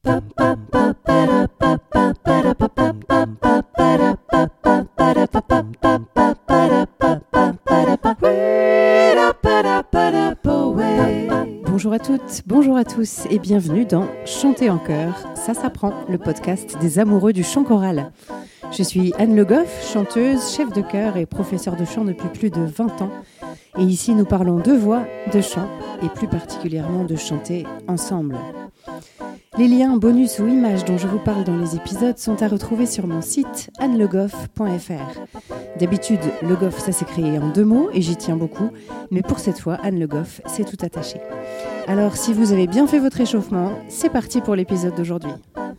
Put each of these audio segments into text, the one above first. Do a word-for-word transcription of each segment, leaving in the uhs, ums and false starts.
Bonjour à toutes, bonjour à tous et bienvenue dans Chanter en chœur, ça s'apprend, le podcast des amoureux du chant choral. Je suis Anne Le Goff, chanteuse, chef de chœur et professeure de chant depuis plus de vingt ans. Et ici, nous parlons de voix, de chant et plus particulièrement de chanter ensemble. Les liens, bonus ou images dont je vous parle dans les épisodes sont à retrouver sur mon site anne le goff point f r. D'habitude, Le Goff, ça s'écrit en deux mots et j'y tiens beaucoup, mais pour cette fois, Anne Le Goff, c'est tout attaché. Alors, si vous avez bien fait votre échauffement, c'est parti pour l'épisode d'aujourd'hui.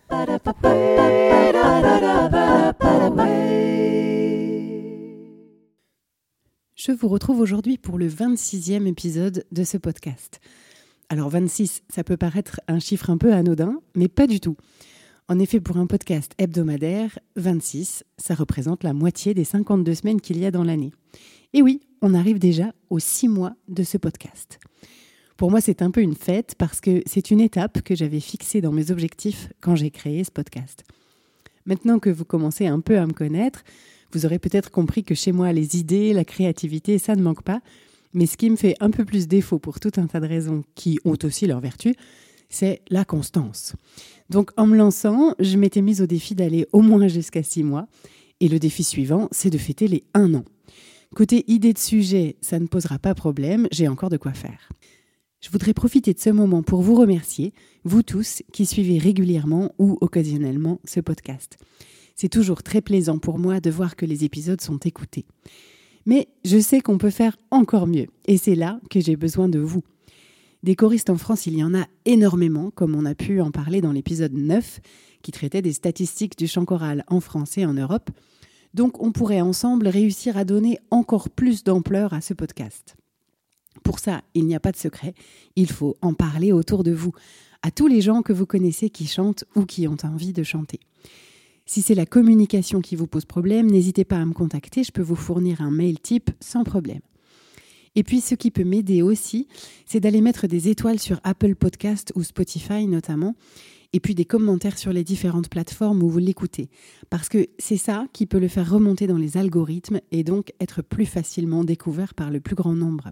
Je vous retrouve aujourd'hui pour le vingt-sixième épisode de ce podcast. Alors vingt-six, ça peut paraître un chiffre un peu anodin, mais pas du tout. En effet, pour un podcast hebdomadaire, vingt-six, ça représente la moitié des cinquante-deux semaines qu'il y a dans l'année. Et oui, on arrive déjà aux six mois de ce podcast. Pour moi, c'est un peu une fête parce que c'est une étape que j'avais fixée dans mes objectifs quand j'ai créé ce podcast. Maintenant que vous commencez un peu à me connaître, vous aurez peut-être compris que chez moi, les idées, la créativité, ça ne manque pas. Mais ce qui me fait un peu plus défaut pour tout un tas de raisons qui ont aussi leur vertu, c'est la constance. Donc en me lançant, je m'étais mise au défi d'aller au moins jusqu'à six mois. Et le défi suivant, c'est de fêter les un an. Côté idée de sujet, ça ne posera pas problème, j'ai encore de quoi faire. Je voudrais profiter de ce moment pour vous remercier, vous tous qui suivez régulièrement ou occasionnellement ce podcast. C'est toujours très plaisant pour moi de voir que les épisodes sont écoutés. Mais je sais qu'on peut faire encore mieux, et c'est là que j'ai besoin de vous. Des choristes en France, il y en a énormément, comme on a pu en parler dans l'épisode neuf, qui traitait des statistiques du chant choral en France et en Europe. Donc on pourrait ensemble réussir à donner encore plus d'ampleur à ce podcast. Pour ça, il n'y a pas de secret, il faut en parler autour de vous, à tous les gens que vous connaissez qui chantent ou qui ont envie de chanter. Si c'est la communication qui vous pose problème, n'hésitez pas à me contacter, je peux vous fournir un mail type sans problème. Et puis ce qui peut m'aider aussi, c'est d'aller mettre des étoiles sur Apple Podcast ou Spotify notamment, et puis des commentaires sur les différentes plateformes où vous l'écoutez, parce que c'est ça qui peut le faire remonter dans les algorithmes et donc être plus facilement découvert par le plus grand nombre.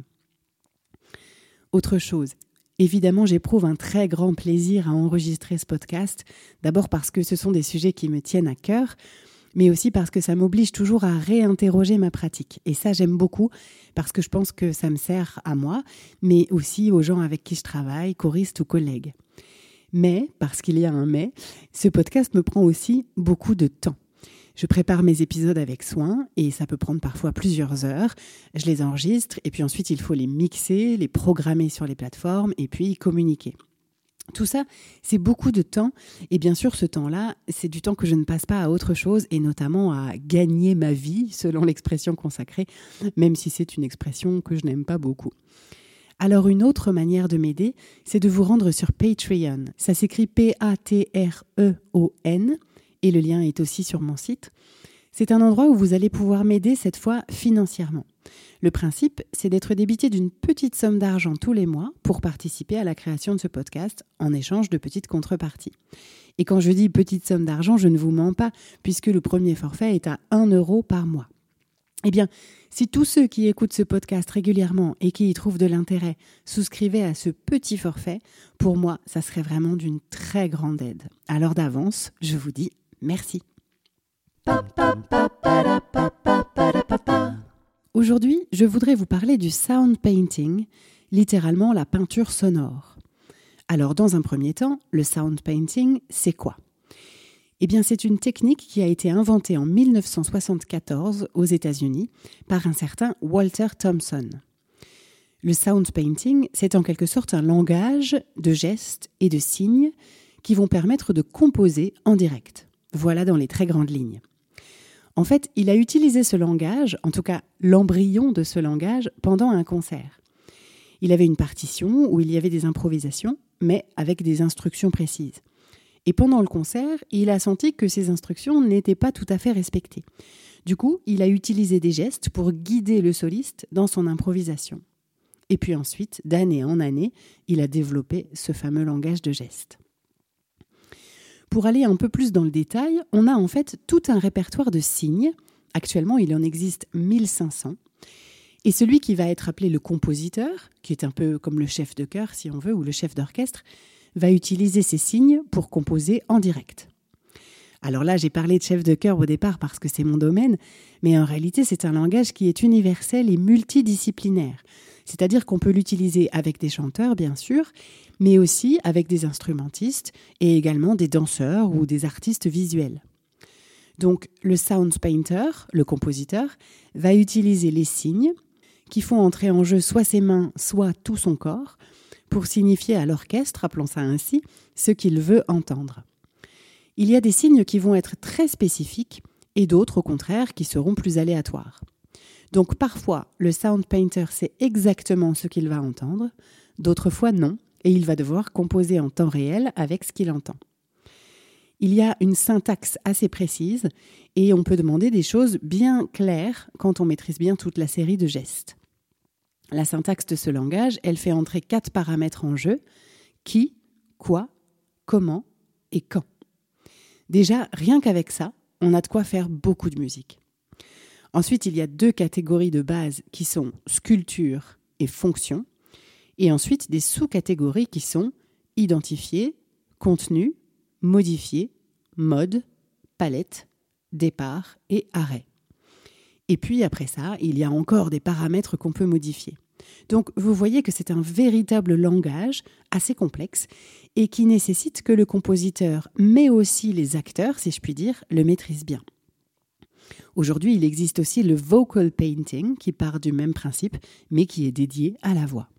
Autre chose, évidemment, j'éprouve un très grand plaisir à enregistrer ce podcast, d'abord parce que ce sont des sujets qui me tiennent à cœur, mais aussi parce que ça m'oblige toujours à réinterroger ma pratique. Et ça, j'aime beaucoup, parce que je pense que ça me sert à moi, mais aussi aux gens avec qui je travaille, choristes ou collègues. Mais, parce qu'il y a un mais, ce podcast me prend aussi beaucoup de temps. Je prépare mes épisodes avec soin et ça peut prendre parfois plusieurs heures. Je les enregistre et puis ensuite il faut les mixer, les programmer sur les plateformes et puis communiquer. Tout ça, c'est beaucoup de temps et bien sûr ce temps-là, c'est du temps que je ne passe pas à autre chose et notamment à gagner ma vie selon l'expression consacrée, même si c'est une expression que je n'aime pas beaucoup. Alors une autre manière de m'aider, c'est de vous rendre sur Patreon. Ça s'écrit P A T R E O N. Et le lien est aussi sur mon site. C'est un endroit où vous allez pouvoir m'aider cette fois financièrement. Le principe, c'est d'être débité d'une petite somme d'argent tous les mois pour participer à la création de ce podcast en échange de petites contreparties. Et quand je dis petite somme d'argent, je ne vous mens pas, puisque le premier forfait est à un euro par mois. Eh bien, si tous ceux qui écoutent ce podcast régulièrement et qui y trouvent de l'intérêt souscrivaient à ce petit forfait, pour moi, ça serait vraiment d'une très grande aide. Alors d'avance, je vous dis merci. Aujourd'hui, je voudrais vous parler du sound painting, littéralement la peinture sonore. Alors, dans un premier temps, le sound painting, c'est quoi ? Eh bien, c'est une technique qui a été inventée en dix-neuf cent soixante-quatorze aux États-Unis par un certain Walter Thompson. Le sound painting, c'est en quelque sorte un langage de gestes et de signes qui vont permettre de composer en direct. Voilà dans les très grandes lignes. En fait, il a utilisé ce langage, en tout cas l'embryon de ce langage, pendant un concert. Il avait une partition où il y avait des improvisations, mais avec des instructions précises. Et pendant le concert, il a senti que ces instructions n'étaient pas tout à fait respectées. Du coup, il a utilisé des gestes pour guider le soliste dans son improvisation. Et puis ensuite, d'année en année, il a développé ce fameux langage de gestes. Pour aller un peu plus dans le détail, on a en fait tout un répertoire de signes. Actuellement, il en existe mille cinq cents. Et celui qui va être appelé le compositeur, qui est un peu comme le chef de chœur si on veut, ou le chef d'orchestre, va utiliser ces signes pour composer en direct. Alors là, j'ai parlé de chef de chœur au départ parce que c'est mon domaine, mais en réalité, c'est un langage qui est universel et multidisciplinaire. C'est-à-dire qu'on peut l'utiliser avec des chanteurs, bien sûr, mais aussi avec des instrumentistes et également des danseurs ou des artistes visuels. Donc, le sound painter, le compositeur, va utiliser les signes qui font entrer en jeu soit ses mains, soit tout son corps, pour signifier à l'orchestre, appelons ça ainsi, ce qu'il veut entendre. Il y a des signes qui vont être très spécifiques et d'autres, au contraire, qui seront plus aléatoires. Donc parfois, le sound painter sait exactement ce qu'il va entendre, d'autres fois non, et il va devoir composer en temps réel avec ce qu'il entend. Il y a une syntaxe assez précise et on peut demander des choses bien claires quand on maîtrise bien toute la série de gestes. La syntaxe de ce langage, elle fait entrer quatre paramètres en jeu: qui, quoi, comment et quand. Déjà, rien qu'avec ça, on a de quoi faire beaucoup de musique. Ensuite, il y a deux catégories de base qui sont sculpture et fonction. Et ensuite, des sous-catégories qui sont identifier, contenu, modifier, mode, palette, départ et arrêt. Et puis après ça, il y a encore des paramètres qu'on peut modifier. Donc vous voyez que c'est un véritable langage assez complexe et qui nécessite que le compositeur, mais aussi les acteurs, si je puis dire, le maîtrisent bien. Aujourd'hui, il existe aussi le vocal painting qui part du même principe, mais qui est dédié à la voix.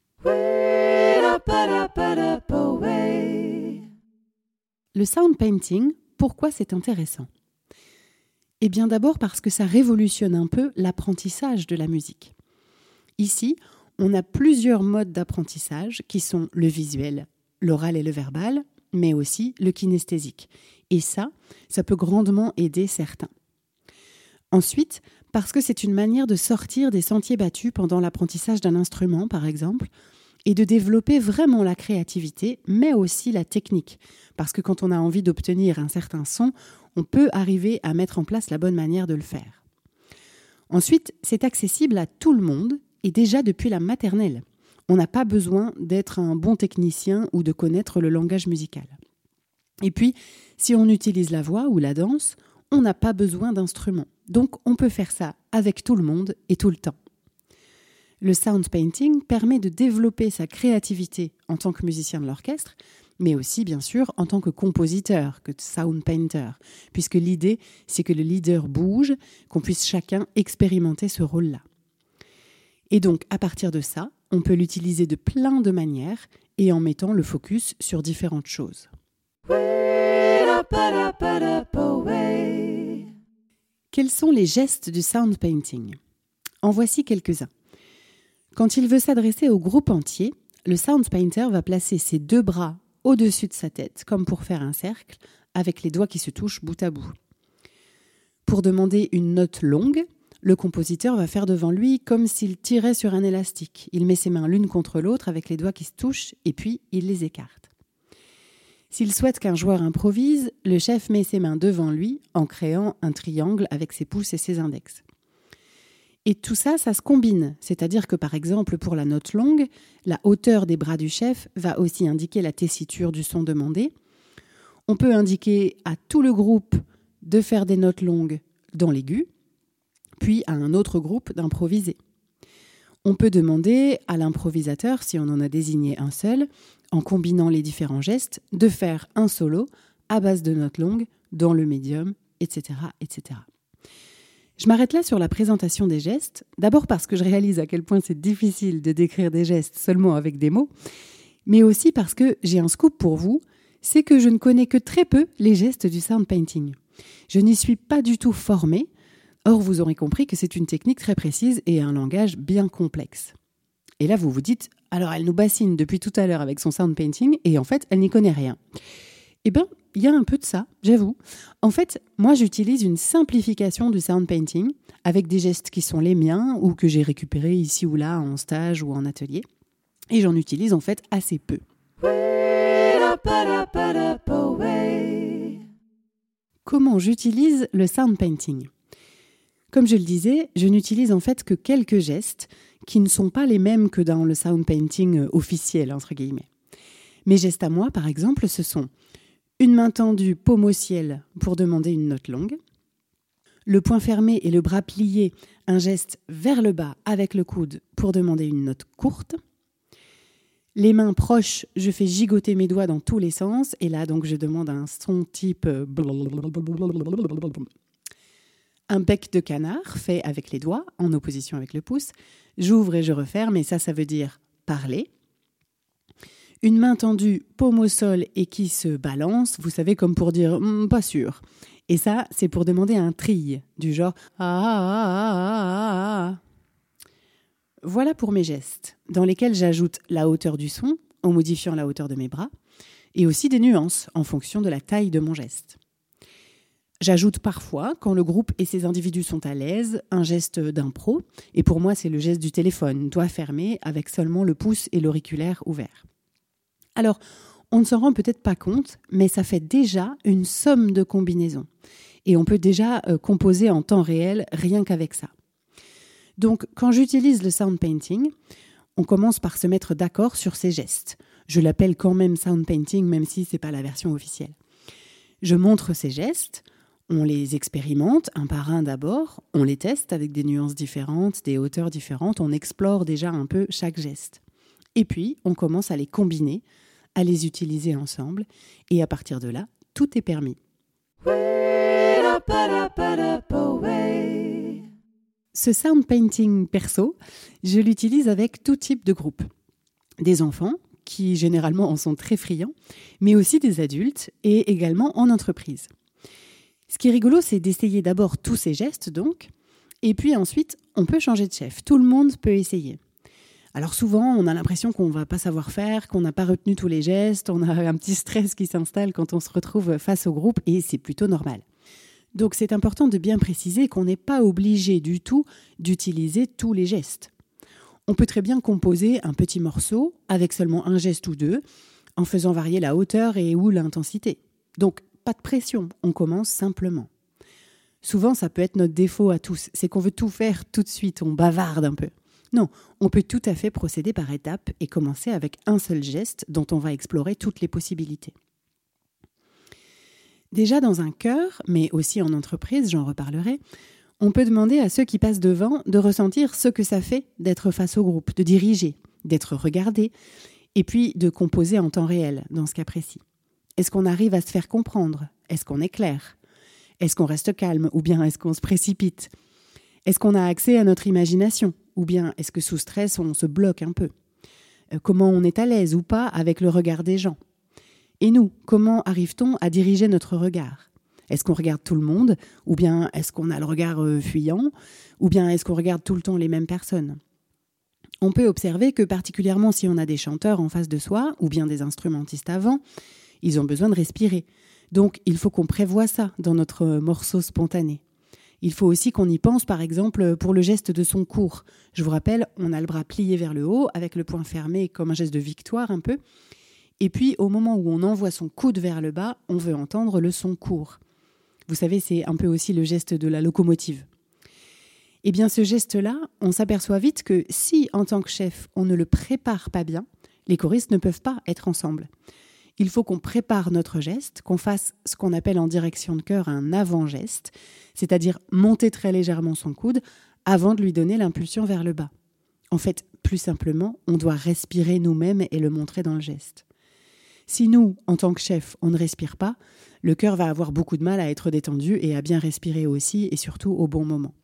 Le sound painting, pourquoi c'est intéressant ? Eh bien d'abord parce que ça révolutionne un peu l'apprentissage de la musique. Ici, on a plusieurs modes d'apprentissage qui sont le visuel, l'oral et le verbal, mais aussi le kinesthésique. Et ça, ça peut grandement aider certains. Ensuite, parce que c'est une manière de sortir des sentiers battus pendant l'apprentissage d'un instrument, par exemple, et de développer vraiment la créativité, mais aussi la technique. Parce que quand on a envie d'obtenir un certain son, on peut arriver à mettre en place la bonne manière de le faire. Ensuite, c'est accessible à tout le monde, et déjà depuis la maternelle. On n'a pas besoin d'être un bon technicien ou de connaître le langage musical. Et puis, si on utilise la voix ou la danse, on n'a pas besoin d'instruments. Donc, on peut faire ça avec tout le monde et tout le temps. Le sound painting permet de développer sa créativité en tant que musicien de l'orchestre, mais aussi, bien sûr, en tant que compositeur, que sound painter, puisque l'idée, c'est que le leader bouge, qu'on puisse chacun expérimenter ce rôle-là. Et donc, à partir de ça, on peut l'utiliser de plein de manières et en mettant le focus sur différentes choses. Quels sont les gestes du sound painting ? En voici quelques-uns. Quand il veut s'adresser au groupe entier, le sound painter va placer ses deux bras au-dessus de sa tête, comme pour faire un cercle, avec les doigts qui se touchent bout à bout. Pour demander une note longue, le compositeur va faire devant lui comme s'il tirait sur un élastique. Il met ses mains l'une contre l'autre avec les doigts qui se touchent et puis il les écarte. S'il souhaite qu'un joueur improvise, le chef met ses mains devant lui en créant un triangle avec ses pouces et ses index. Et tout ça, ça se combine. C'est-à-dire que par exemple, pour la note longue, la hauteur des bras du chef va aussi indiquer la tessiture du son demandé. On peut indiquer à tout le groupe de faire des notes longues dans l'aigu, puis à un autre groupe d'improviser. On peut demander à l'improvisateur, si on en a désigné un seul, en combinant les différents gestes, de faire un solo à base de notes longues dans le médium, et cetera, et cetera. Je m'arrête là sur la présentation des gestes, d'abord parce que je réalise à quel point c'est difficile de décrire des gestes seulement avec des mots, mais aussi parce que j'ai un scoop pour vous, c'est que je ne connais que très peu les gestes du sound painting. Je n'y suis pas du tout formée, or vous aurez compris que c'est une technique très précise et un langage bien complexe. Et là vous vous dites, alors elle nous bassine depuis tout à l'heure avec son sound painting et en fait elle n'y connaît rien. Eh bien, il y a un peu de ça, j'avoue. En fait, moi j'utilise une simplification du sound painting avec des gestes qui sont les miens ou que j'ai récupérés ici ou là en stage ou en atelier. Et j'en utilise en fait assez peu. comment j'utilise le sound painting. Comme je le disais, je n'utilise en fait que quelques gestes qui ne sont pas les mêmes que dans le sound painting officiel, entre guillemets. Mes gestes à moi, par exemple, ce sont une main tendue, paume au ciel, pour demander une note longue, le poing fermé et le bras plié, un geste vers le bas avec le coude pour demander une note courte. Les mains proches, je fais gigoter mes doigts dans tous les sens, et là donc je demande un son type un bec de canard fait avec les doigts en opposition avec le pouce. J'ouvre et je referme, et ça, ça veut dire parler. Une main tendue, paume au sol et qui se balance, vous savez, comme pour dire mm, pas sûr. Et ça, c'est pour demander un trille, du genre ah, ah, ah, ah, ah. Voilà pour mes gestes, dans lesquels j'ajoute la hauteur du son en modifiant la hauteur de mes bras, et aussi des nuances en fonction de la taille de mon geste. J'ajoute parfois, quand le groupe et ses individus sont à l'aise, un geste d'impro, et pour moi c'est le geste du téléphone, doigt fermé, avec seulement le pouce et l'auriculaire ouverts. Alors, on ne s'en rend peut-être pas compte, mais ça fait déjà une somme de combinaisons. Et on peut déjà euh, composer en temps réel rien qu'avec ça. Donc, quand j'utilise le sound painting, on commence par se mettre d'accord sur ces gestes. Je l'appelle quand même sound painting, même si ce n'est pas la version officielle. Je montre ces gestes, on les expérimente un par un d'abord, on les teste avec des nuances différentes, des hauteurs différentes, on explore déjà un peu chaque geste. Et puis, on commence à les combiner, à les utiliser ensemble, et à partir de là, tout est permis. Ce sound painting perso, je l'utilise avec tout type de groupe. Des enfants, qui généralement en sont très friands, mais aussi des adultes, et également en entreprise. Ce qui est rigolo, c'est d'essayer d'abord tous ces gestes, donc, et puis ensuite, on peut changer de chef. Tout le monde peut essayer. Alors souvent, on a l'impression qu'on ne va pas savoir faire, qu'on n'a pas retenu tous les gestes, on a un petit stress qui s'installe quand on se retrouve face au groupe, et c'est plutôt normal. Donc c'est important de bien préciser qu'on n'est pas obligé du tout d'utiliser tous les gestes. On peut très bien composer un petit morceau avec seulement un geste ou deux, en faisant varier la hauteur et ou l'intensité. Donc pas de pression, on commence simplement. Souvent, ça peut être notre défaut à tous, c'est qu'on veut tout faire tout de suite, on bavarde un peu. Non, on peut tout à fait procéder par étapes et commencer avec un seul geste dont on va explorer toutes les possibilités. Déjà dans un chœur, mais aussi en entreprise, j'en reparlerai, on peut demander à ceux qui passent devant de ressentir ce que ça fait d'être face au groupe, de diriger, d'être regardé, et puis de composer en temps réel, dans ce cas précis. Est-ce qu'on arrive à se faire comprendre ? Est-ce qu'on est clair ? Est-ce qu'on reste calme ou bien est-ce qu'on se précipite ? Est-ce qu'on a accès à notre imagination ? Ou bien est-ce que sous stress, on se bloque un peu ? euh, Comment on est à l'aise ou pas avec le regard des gens ? Et nous, comment arrive-t-on à diriger notre regard ? Est-ce qu'on regarde tout le monde ? Ou bien est-ce qu'on a le regard euh, fuyant ? Ou bien est-ce qu'on regarde tout le temps les mêmes personnes ? On peut observer que particulièrement si on a des chanteurs en face de soi, ou bien des instrumentistes avant, ils ont besoin de respirer. Donc il faut qu'on prévoie ça dans notre morceau spontané. Il faut aussi qu'on y pense, par exemple, pour le geste de son cours. Je vous rappelle, on a le bras plié vers le haut, avec le poing fermé comme un geste de victoire un peu. Et puis, au moment où on envoie son coude vers le bas, on veut entendre le son court. Vous savez, c'est un peu aussi le geste de la locomotive. Eh bien, ce geste-là, on s'aperçoit vite que si, en tant que chef, on ne le prépare pas bien, les choristes ne peuvent pas être ensemble. Il faut qu'on prépare notre geste, qu'on fasse ce qu'on appelle en direction de chœur un avant-geste, c'est-à-dire monter très légèrement son coude avant de lui donner l'impulsion vers le bas. En fait, plus simplement, on doit respirer nous-mêmes et le montrer dans le geste. Si nous, en tant que chef, on ne respire pas, le cœur va avoir beaucoup de mal à être détendu et à bien respirer aussi, et surtout au bon moment.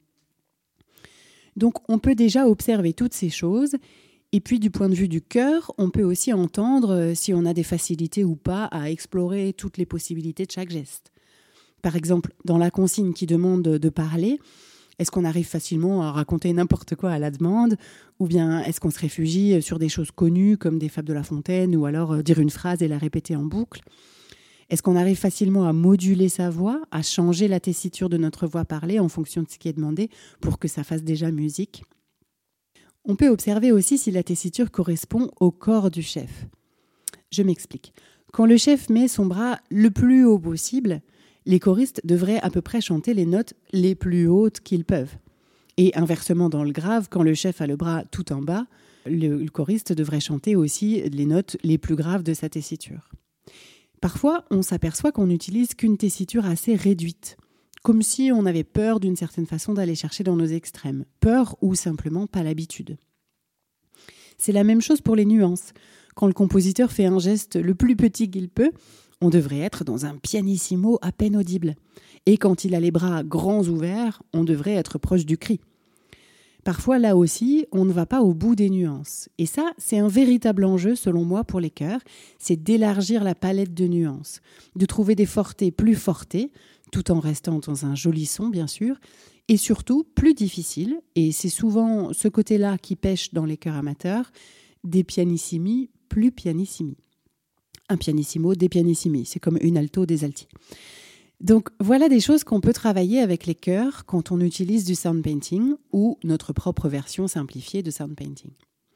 Donc, on peut déjà observer toutes ces choses. Et puis, du point de vue du cœur, on peut aussi entendre si on a des facilités ou pas à explorer toutes les possibilités de chaque geste. Par exemple, dans la consigne qui demande de parler, est-ce qu'on arrive facilement à raconter n'importe quoi à la demande ? Ou bien est-ce qu'on se réfugie sur des choses connues comme des fables de La Fontaine ou alors dire une phrase et la répéter en boucle ? Est-ce qu'on arrive facilement à moduler sa voix, à changer la tessiture de notre voix parlée en fonction de ce qui est demandé pour que ça fasse déjà musique ? On peut observer aussi si la tessiture correspond au corps du chef. Je m'explique. Quand le chef met son bras le plus haut possible, les choristes devraient à peu près chanter les notes les plus hautes qu'ils peuvent. Et inversement dans le grave, quand le chef a le bras tout en bas, le, le choriste devrait chanter aussi les notes les plus graves de sa tessiture. Parfois, on s'aperçoit qu'on n'utilise qu'une tessiture assez réduite, comme si on avait peur d'une certaine façon d'aller chercher dans nos extrêmes, peur ou simplement pas l'habitude. C'est la même chose pour les nuances. Quand le compositeur fait un geste le plus petit qu'il peut, on devrait être dans un pianissimo à peine audible. Et quand il a les bras grands ouverts, on devrait être proche du cri. Parfois, là aussi, on ne va pas au bout des nuances. Et ça, c'est un véritable enjeu, selon moi, pour les chœurs, c'est d'élargir la palette de nuances, de trouver des fortés plus fortés, tout en restant dans un joli son, bien sûr, et surtout, plus difficile, et c'est souvent ce côté-là qui pêche dans les chœurs amateurs, des pianissimi plus pianissimi. Un pianissimo, des pianissimi, c'est comme une alto, des alti. Donc voilà des choses qu'on peut travailler avec les chœurs quand on utilise du sound painting ou notre propre version simplifiée de sound painting.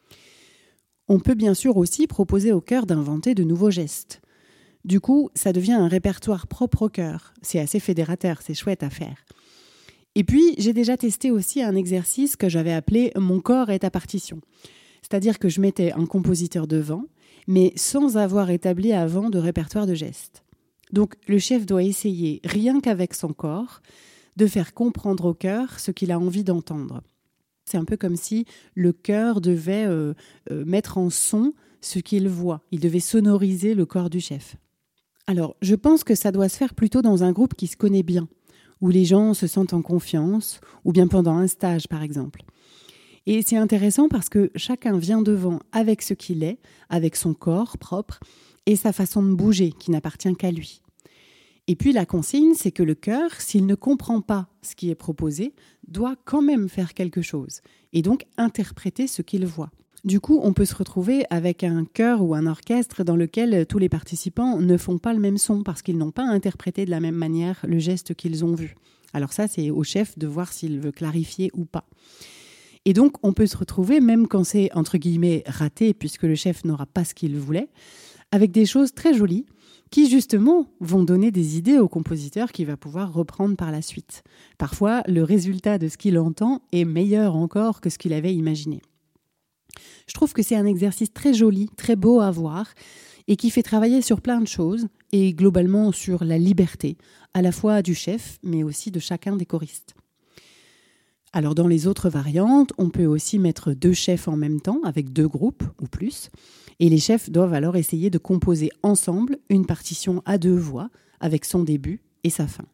On peut bien sûr aussi proposer au chœur d'inventer de nouveaux gestes. Du coup, ça devient un répertoire propre au chœur. C'est assez fédérateur, c'est chouette à faire. Et puis, j'ai déjà testé aussi un exercice que j'avais appelé « Mon corps est ta partition ». C'est-à-dire que je mettais un compositeur devant, mais sans avoir établi avant de répertoire de gestes. Donc, le chef doit essayer, rien qu'avec son corps, de faire comprendre au chœur ce qu'il a envie d'entendre. C'est un peu comme si le chœur devait euh, euh, mettre en son ce qu'il voit. Il devait sonoriser le corps du chef. Alors, je pense que ça doit se faire plutôt dans un groupe qui se connaît bien, où les gens se sentent en confiance, ou bien pendant un stage, par exemple. Et c'est intéressant parce que chacun vient devant avec ce qu'il est, avec son corps propre, et sa façon de bouger, qui n'appartient qu'à lui. Et puis la consigne, c'est que le chœur, s'il ne comprend pas ce qui est proposé, doit quand même faire quelque chose, et donc interpréter ce qu'il voit. Du coup, on peut se retrouver avec un chœur ou un orchestre dans lequel tous les participants ne font pas le même son, parce qu'ils n'ont pas interprété de la même manière le geste qu'ils ont vu. Alors ça, c'est au chef de voir s'il veut clarifier ou pas. Et donc, on peut se retrouver, même quand c'est, entre guillemets, raté, puisque le chef n'aura pas ce qu'il voulait, avec des choses très jolies, qui justement vont donner des idées au compositeur qui va pouvoir reprendre par la suite. Parfois, le résultat de ce qu'il entend est meilleur encore que ce qu'il avait imaginé. Je trouve que c'est un exercice très joli, très beau à voir, et qui fait travailler sur plein de choses, et globalement sur la liberté, à la fois du chef, mais aussi de chacun des choristes. Alors dans les autres variantes, on peut aussi mettre deux chefs en même temps, avec deux groupes ou plus, et les chefs doivent alors essayer de composer ensemble une partition à deux voix, avec son début et sa fin.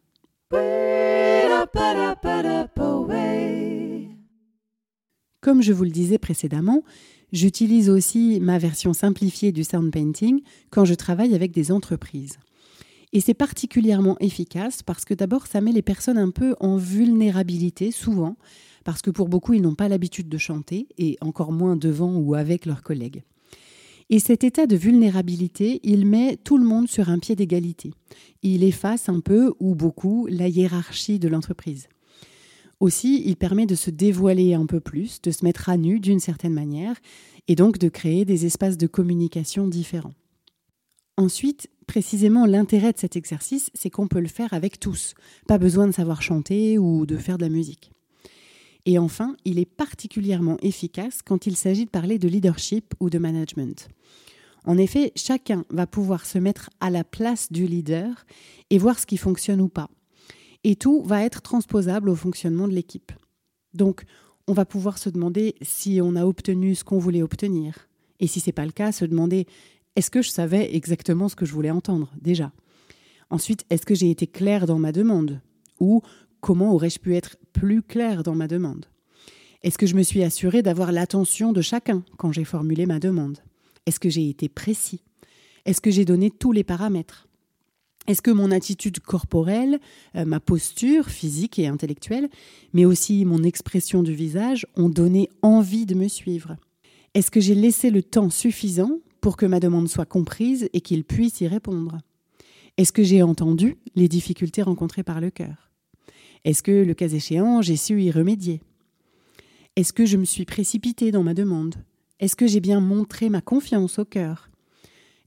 Comme je vous le disais précédemment, j'utilise aussi ma version simplifiée du sound painting quand je travaille avec des entreprises. Et c'est particulièrement efficace parce que d'abord, ça met les personnes un peu en vulnérabilité, souvent, parce que pour beaucoup, ils n'ont pas l'habitude de chanter, et encore moins devant ou avec leurs collègues. Et cet état de vulnérabilité, il met tout le monde sur un pied d'égalité. Il efface un peu, ou beaucoup, la hiérarchie de l'entreprise. Aussi, il permet de se dévoiler un peu plus, de se mettre à nu d'une certaine manière, et donc de créer des espaces de communication différents. Ensuite, précisément, l'intérêt de cet exercice, c'est qu'on peut le faire avec tous. Pas besoin de savoir chanter ou de faire de la musique. Et enfin, il est particulièrement efficace quand il s'agit de parler de leadership ou de management. En effet, chacun va pouvoir se mettre à la place du leader et voir ce qui fonctionne ou pas. Et tout va être transposable au fonctionnement de l'équipe. Donc, on va pouvoir se demander si on a obtenu ce qu'on voulait obtenir. Et si ce n'est pas le cas, se demander est-ce que je savais exactement ce que je voulais entendre, déjà ? Ensuite, est-ce que j'ai été claire dans ma demande ? Ou comment aurais-je pu être plus claire dans ma demande ? Est-ce que je me suis assurée d'avoir l'attention de chacun quand j'ai formulé ma demande ? Est-ce que j'ai été précis ? Est-ce que j'ai donné tous les paramètres ? Est-ce que mon attitude corporelle, euh, ma posture physique et intellectuelle, mais aussi mon expression du visage ont donné envie de me suivre ? Est-ce que j'ai laissé le temps suffisant pour que ma demande soit comprise et qu'il puisse y répondre ? Est-ce que j'ai entendu les difficultés rencontrées par le chœur ? Est-ce que, le cas échéant, j'ai su y remédier ? Est-ce que je me suis précipitée dans ma demande ? Est-ce que j'ai bien montré ma confiance au chœur ?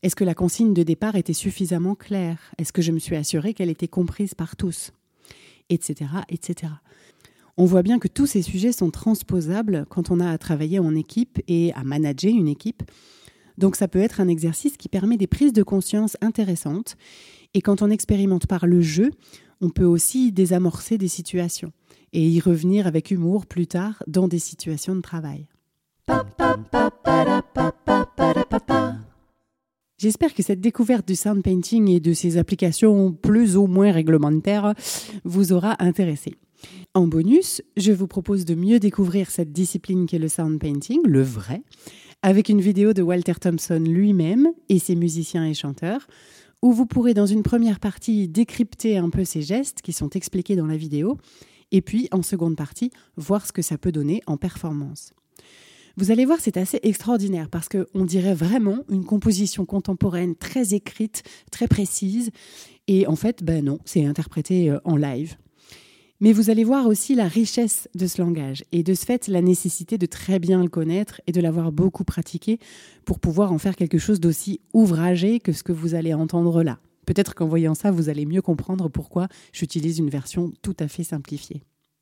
Est-ce que la consigne de départ était suffisamment claire? Est-ce que je me suis assurée qu'elle était comprise par tous? Etc, et cetera. On voit bien que tous ces sujets sont transposables quand on a à travailler en équipe et à manager une équipe. Donc ça peut être un exercice qui permet des prises de conscience intéressantes. Et quand on expérimente par le jeu, on peut aussi désamorcer des situations et y revenir avec humour plus tard dans des situations de travail. J'espère que cette découverte du sound painting et de ses applications plus ou moins réglementaires vous aura intéressé. En bonus, je vous propose de mieux découvrir cette discipline qu'est le sound painting, le vrai, avec une vidéo de Walter Thompson lui-même et ses musiciens et chanteurs, où vous pourrez dans une première partie décrypter un peu ces gestes qui sont expliqués dans la vidéo, et puis en seconde partie, voir ce que ça peut donner en performance. Vous allez voir, c'est assez extraordinaire parce qu'on dirait vraiment une composition contemporaine très écrite, très précise, et en fait, ben non, c'est interprété en live. Mais vous allez voir aussi la richesse de ce langage et de ce fait la nécessité de très bien le connaître et de l'avoir beaucoup pratiqué pour pouvoir en faire quelque chose d'aussi ouvragé que ce que vous allez entendre là. Peut-être qu'en voyant ça, vous allez mieux comprendre pourquoi j'utilise une version tout à fait simplifiée.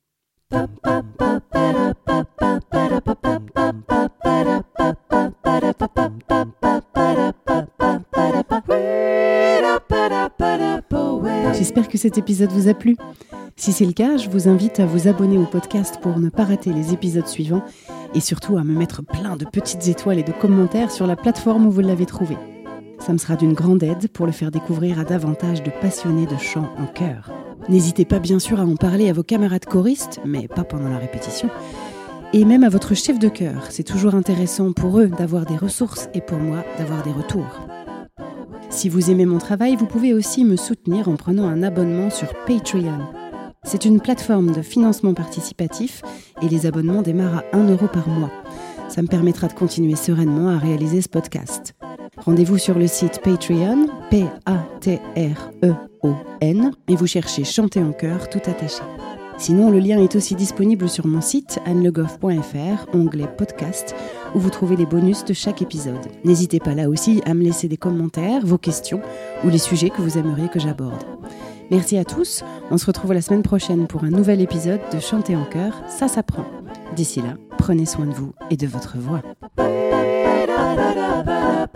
J'espère que cet épisode vous a plu. Si c'est le cas, je vous invite à vous abonner au podcast pour ne pas rater les épisodes suivants et surtout à me mettre plein de petites étoiles et de commentaires sur la plateforme où vous l'avez trouvé. Ça me sera d'une grande aide pour le faire découvrir à davantage de passionnés de chant en chœur. N'hésitez pas bien sûr à en parler à vos camarades choristes, mais pas pendant la répétition, et même à votre chef de chœur. C'est toujours intéressant pour eux d'avoir des ressources et pour moi d'avoir des retours. Si vous aimez mon travail, vous pouvez aussi me soutenir en prenant un abonnement sur Patreon. C'est une plateforme de financement participatif et les abonnements démarrent à un euro par mois. Ça me permettra de continuer sereinement à réaliser ce podcast. Rendez-vous sur le site Patreon, P A T R E O N, et vous cherchez Chanter en chœur tout attaché. Sinon, le lien est aussi disponible sur mon site anne le goff point f r, onglet podcast, où vous trouvez les bonus de chaque épisode. N'hésitez pas là aussi à me laisser des commentaires, vos questions ou les sujets que vous aimeriez que j'aborde. Merci à tous, on se retrouve la semaine prochaine pour un nouvel épisode de Chanter en chœur, ça s'apprend. D'ici là, prenez soin de vous et de votre voix.